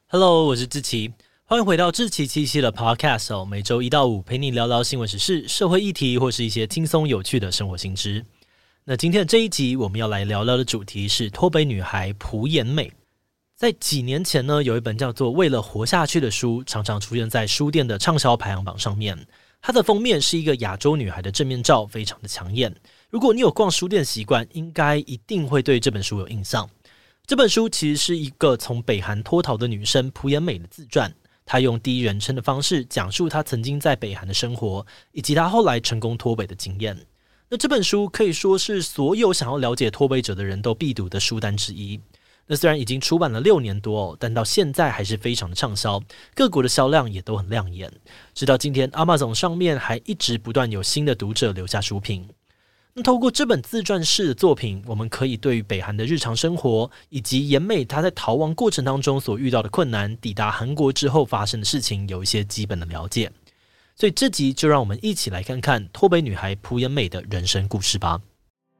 Hello， 我是志祺，欢迎回到志祺七七的 Podcast 哦。每周1到5陪你聊聊新闻时事、社会议题，或是一些轻松有趣的生活新知。那今天的这一集，我们要来聊聊的主题是脱北女孩朴妍美。在几年前呢，有一本叫做《为了活下去》的书，常常出现在书店的畅销排行榜上面。它的封面是一个亚洲女孩的正面照，非常的抢眼。如果你有逛书店习惯，应该一定会对这本书有印象。这本书其实是一个从北韩脱逃的女生朴妍美的自传，她用第一人称的方式讲述她曾经在北韩的生活，以及她后来成功脱北的经验。那这本书可以说是所有想要了解脱北者的人都必读的书单之一。那虽然已经出版了6年多但到现在还是非常的畅销，各国的销量也都很亮眼。直到今天 Amazon 上面还一直不断有新的读者留下书评。那透过这本自传式的作品，我们可以对于北韩的日常生活，以及妍美她在逃亡过程当中所遇到的困难，抵达韩国之后发生的事情有一些基本的了解。所以这集就让我们一起来看看脱北女孩朴妍美的人生故事吧。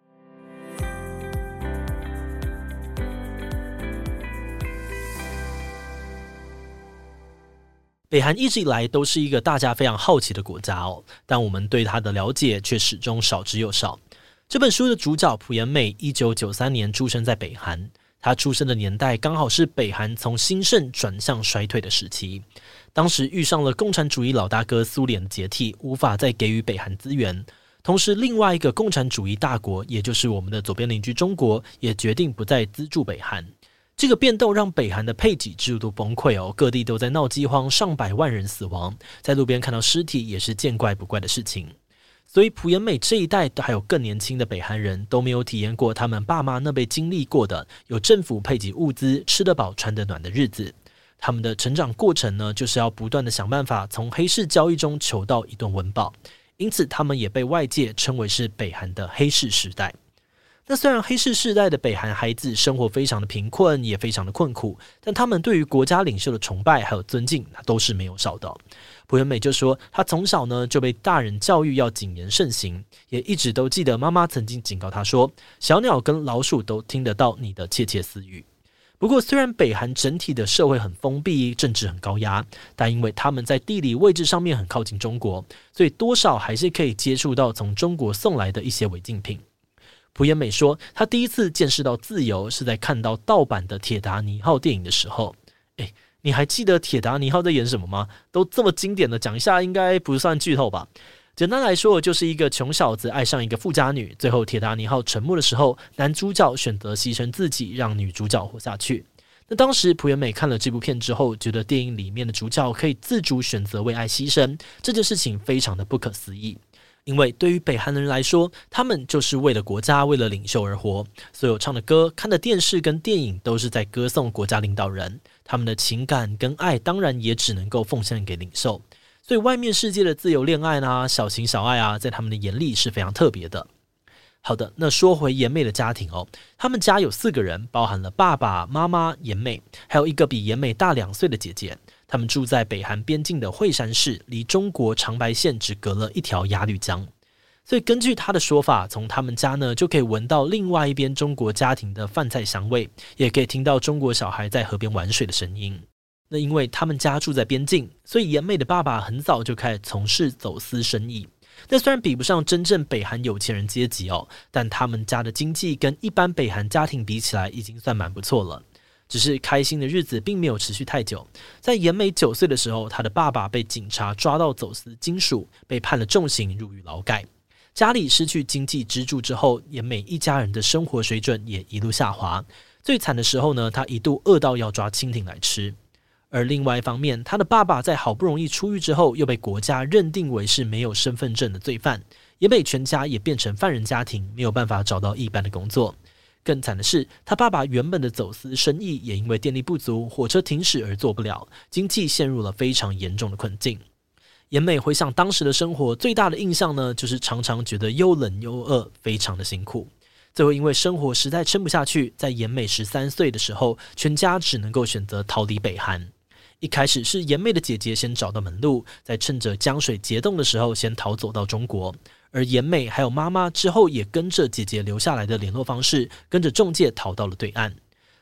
北韩一直以来都是一个大家非常好奇的国家哦，但我们对它的了解却始终少之又少。这本书的主角朴妍美1993年出生在北韩，她出生的年代刚好是北韩从兴盛转向衰退的时期。当时遇上了共产主义老大哥苏联的解体，无法再给予北韩资源。同时另外一个共产主义大国，也就是我们的左边邻居中国，也决定不再资助北韩。这个变动让北韩的配给制度崩溃哦，各地都在闹饥荒，上百万人死亡，在路边看到尸体也是见怪不怪的事情。所以朴妍美这一代还有更年轻的北韩人都没有体验过他们爸妈那辈经历过的有政府配给物资、吃得饱穿得暖的日子。他们的成长过程呢，就是要不断的想办法从黑市交易中求到一顿温饱，因此他们也被外界称为是北韩的黑市时代。那虽然黑市世代的北韩孩子生活非常的贫困，也非常的困苦，但他们对于国家领袖的崇拜还有尊敬都是没有少的。朴妍美就说，她从小呢就被大人教育要谨言慎行，也一直都记得妈妈曾经警告她说，小鸟跟老鼠都听得到你的窃窃私语。不过虽然北韩整体的社会很封闭，政治很高压，但因为他们在地理位置上面很靠近中国，所以多少还是可以接触到从中国送来的一些违禁品。朴妍美说，她第一次见识到自由是在看到盗版的铁达尼号电影的时候。你还记得铁达尼号在演什么吗？都这么经典的讲一下，应该不算剧透吧。简单来说，就是一个穷小子爱上一个富家女，最后铁达尼号沉没的时候，男主角选择牺牲自己，让女主角活下去。那当时朴妍美看了这部片之后，觉得电影里面的主角可以自主选择为爱牺牲，这件事情非常的不可思议。因为对于北韩人来说，他们就是为了国家、为了领袖而活。所有唱的歌、看的电视跟电影都是在歌颂国家领导人，他们的情感跟爱当然也只能够奉献给领袖。所以外面世界的自由恋爱啊、小情小爱啊，在他们的眼里是非常特别的。好的，那说回妍美的家庭哦，他们家有4个人，包含了爸爸妈妈、妍美，还有一个比妍美大2岁的姐姐。他们住在北韩边境的惠山市，离中国长白县只隔了一条鸭绿江。所以根据他的说法，从他们家呢就可以闻到另外一边中国家庭的饭菜香味，也可以听到中国小孩在河边玩水的声音。那因为他们家住在边境，所以妍美的爸爸很早就开始从事走私生意。那虽然比不上真正北韩有钱人阶级哦，但他们家的经济跟一般北韩家庭比起来已经算蛮不错了。只是开心的日子并没有持续太久，在妍美9岁的时候，她的爸爸被警察抓到走私金属，被判了重刑，入狱劳改。家里失去经济支柱之后，妍美一家人的生活水准也一路下滑。最惨的时候呢，她一度饿到要抓蜻蜓来吃。而另外一方面，她的爸爸在好不容易出狱之后，又被国家认定为是没有身份证的罪犯，妍美全家也变成犯人家庭，没有办法找到一般的工作。更惨的是，他爸爸原本的走私生意也因为电力不足、火车停驶而做不了，经济陷入了非常严重的困境。妍美回想当时的生活，最大的印象呢，就是常常觉得又冷又饿，非常的辛苦。最后因为生活实在撑不下去，在妍美13岁的时候，全家只能够选择逃离北韩。一开始是妍美的姐姐先找到门路，在趁着江水结冻的时候先逃走到中国，而妍美还有妈妈之后也跟着姐姐留下来的联络方式，跟着仲介逃到了对岸。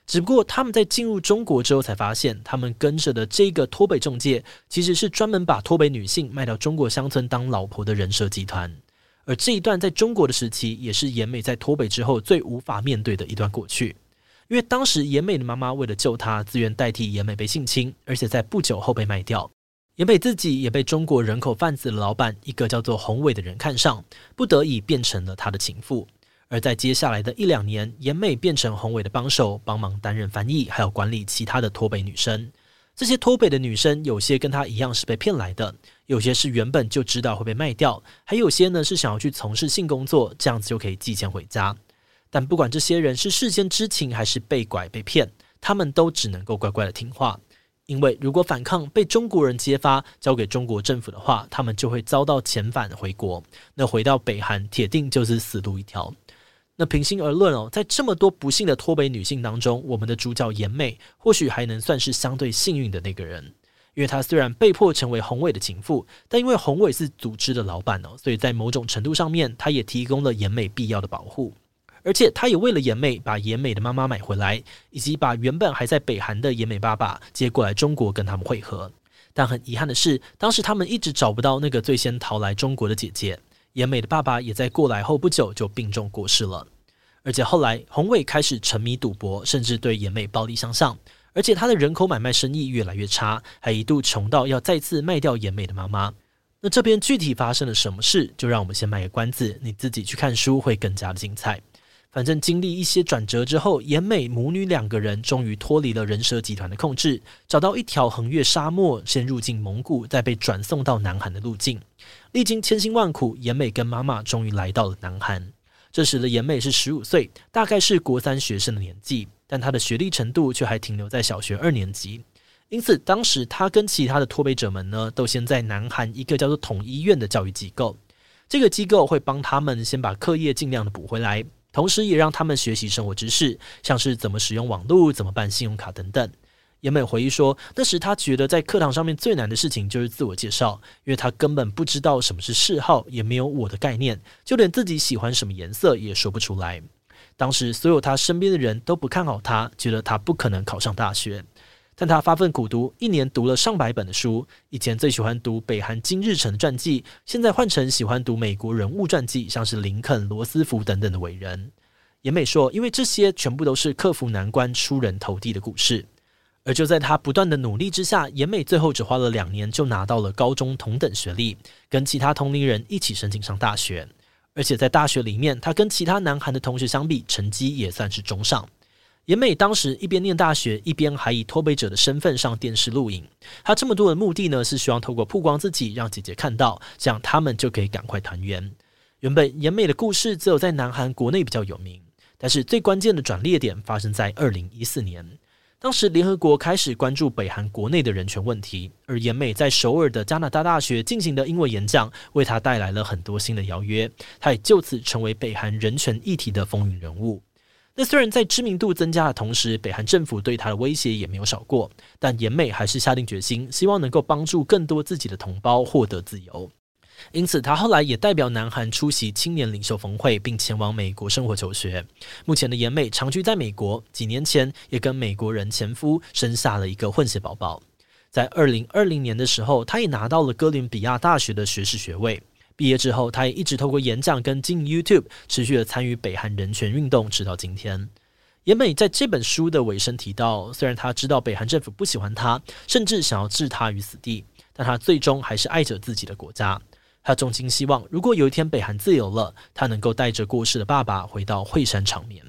只不过他们在进入中国之后才发现，他们跟着的这个脱北中介其实是专门把脱北女性卖到中国乡村当老婆的人蛇集团。而这一段在中国的时期，也是妍美在脱北之后最无法面对的一段过去。因为当时妍美的妈妈为了救她，自愿代替妍美被性侵，而且在不久后被卖掉。妍美自己也被中国人口贩子的老板一个叫做洪伟的人看上，不得已变成了他的情妇。而在接下来的1-2年，妍美变成洪伟的帮手，帮忙担任翻译，还有管理其他的脱北女生。这些脱北的女生，有些跟她一样是被骗来的，有些是原本就知道会被卖掉，还有些呢是想要去从事性工作，这样子就可以寄钱回家。但不管这些人是事先知情还是被拐被骗，他们都只能够乖乖的听话。因为如果反抗被中国人揭发交给中国政府的话，他们就会遭到遣返回国，那回到北韩铁定就是死路一条。那平心而论在这么多不幸的脱北女性当中，我们的主角妍美或许还能算是相对幸运的那个人。因为她虽然被迫成为洪伟的情妇，但因为洪伟是组织的老板所以在某种程度上面，他也提供了妍美必要的保护。而且他也为了妍美把妍美的妈妈买回来，以及把原本还在北韩的妍美爸爸接过来中国跟他们会合。但很遗憾的是，当时他们一直找不到那个最先逃来中国的姐姐。妍美的爸爸也在过来后不久就病重过世了。而且后来洪伟开始沉迷赌博，甚至对妍美暴力相向，而且他的人口买卖生意越来越差，还一度穷到要再次卖掉妍美的妈妈。那这边具体发生了什么事，就让我们先卖个关子，你自己去看书会更加的精彩。反正经历一些转折之后，妍美母女2个人终于脱离了人蛇集团的控制，找到一条横越沙漠，先入境蒙古，再被转送到南韩的路径。历经千辛万苦，妍美跟妈妈终于来到了南韩。这时的妍美是15岁，大概是国3学生的年纪，但她的学历程度却还停留在小学2年级。因此当时她跟其他的脱北者们呢，都先在南韩一个叫做统一院的教育机构。这个机构会帮他们先把课业尽量的补回来，同时也让他们学习生活知识，像是怎么使用网络、怎么办信用卡等等。妍美回忆说，那时她觉得在课堂上面最难的事情就是自我介绍，因为她根本不知道什么是嗜好，也没有我的概念，就连自己喜欢什么颜色也说不出来。当时所有她身边的人都不看好她，觉得她不可能考上大学。但她发奋苦读，1年读了上百本的书，以前最喜欢读北韩金日成的传记，现在换成喜欢读美国人物传记，像是林肯、罗斯福等等的伟人。妍美说，因为这些全部都是克服难关、出人头地的故事。而就在她不断的努力之下，妍美最后只花了2年就拿到了高中同等学历，跟其他同龄人一起申请上大学。而且在大学里面，她跟其他南韩的同学相比，成绩也算是中上。妍美当时一边念大学，一边还以脱北者的身份上电视录影。她这么多的目的呢，是希望透过曝光自己，让姐姐看到，这样他们就可以赶快团圆。原本妍美的故事只有在南韩国内比较有名，但是最关键的转捩点发生在2014年。当时联合国开始关注北韩国内的人权问题，而妍美在首尔的加拿大大学进行的英文演讲，为她带来了很多新的邀约，她也就此成为北韩人权议题的风云人物。那虽然在知名度增加的同时，北韩政府对她的威胁也没有少过，但妍美还是下定决心，希望能够帮助更多自己的同胞获得自由。因此她后来也代表南韩出席青年领袖峰会，并前往美国生活求学。目前的妍美长居在美国，几年前也跟美国人前夫生下了一个混血宝宝。在2020年的时候，她也拿到了哥伦比亚大学的学士学位。毕业之后，她也一直透过演讲跟经营 YouTube 持续的参与北韩人权运动，直到今天。妍美在这本书的尾声提到，虽然她知道北韩政府不喜欢她，甚至想要置她于死地，但她最终还是爱着自己的国家。她衷心希望，如果有一天北韩自由了，她能够带着过世的爸爸回到惠山长眠。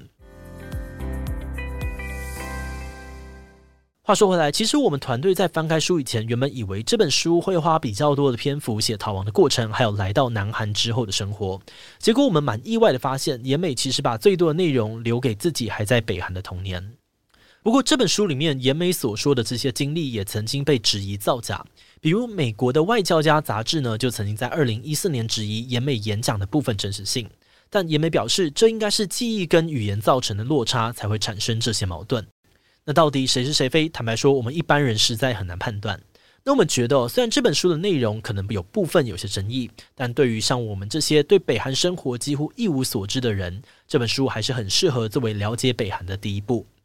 话说回来，其实我们团队在翻开书以前，原本以为这本书会花比较多的篇幅写逃亡的过程，还有来到南韩之后的生活。结果我们蛮意外的发现，妍美其实把最多的内容留给自己还在北韩的童年。不过这本书里面妍美所说的这些经历也曾经被质疑造假，比如美国的外交家杂志呢，就曾经在2014年质疑妍美演讲的部分真实性，但妍美表示，这应该是记忆跟语言造成的落差才会产生这些矛盾。那到底谁是谁非？坦白说，我们一般人实在很难判断。那我们觉得虽然这本书的内容可能有部分有些争议，但对于像我们这些对北韩生活几乎一无所知的人，这本书还是很适合作为了解北韩的第一步。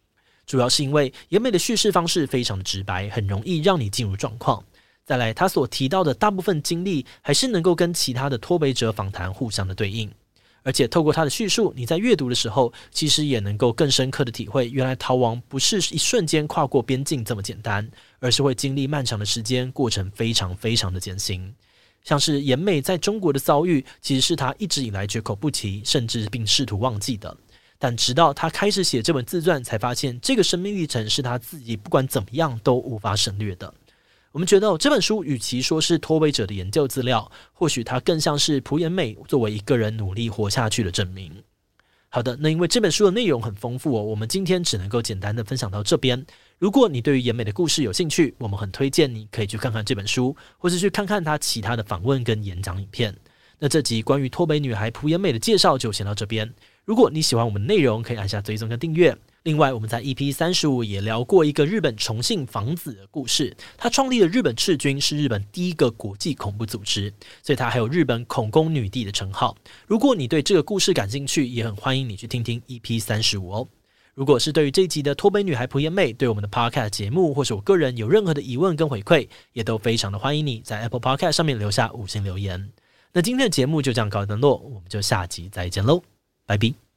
主要是因为岩美的叙事方式非常的直白，很容易让你进入状况。再来，他所提到的大部分经历还是能够跟其他的脱北者访谈互相的对应，而且透过他的叙述，你在阅读的时候其实也能够更深刻的体会，原来逃亡不是一瞬间跨过边境这么简单，而是会经历漫长的时间，过程非常非常的艰辛。像是岩美在中国的遭遇，其实是他一直以来绝口不提，甚至并试图忘记的。但直到他开始写这本自传，才发现这个生命历程是他自己不管怎么样都无法省略的。我们觉得这本书与其说是脱北者的研究资料，或许它更像是朴妍美作为一个人努力活下去的证明。好的，那因为这本书的内容很丰富我们今天只能够简单的分享到这边。如果你对于妍美的故事有兴趣，我们很推荐你可以去看看这本书，或是去看看她其他的访问跟演讲影片。那这集关于脱北女孩朴妍美的介绍就先到这边。如果你喜欢我们的内容，可以按下追踪跟订阅。另外，我们在 EP35 也聊过一个日本重信房子的故事，他创立了日本赤军，是日本第一个国际恐怖组织，所以他还有日本恐攻女帝的称号。如果你对这个故事感兴趣，也很欢迎你去听听 EP35 哦。如果是对于这一集的脱北女孩朴妍美，对我们的 Podcast 节目或是我个人有任何的疑问跟回馈，也都非常的欢迎你在 Apple Podcast 上面留下5星留言。那今天的节目就这样告一段落，我们就下集再见喽，拜拜。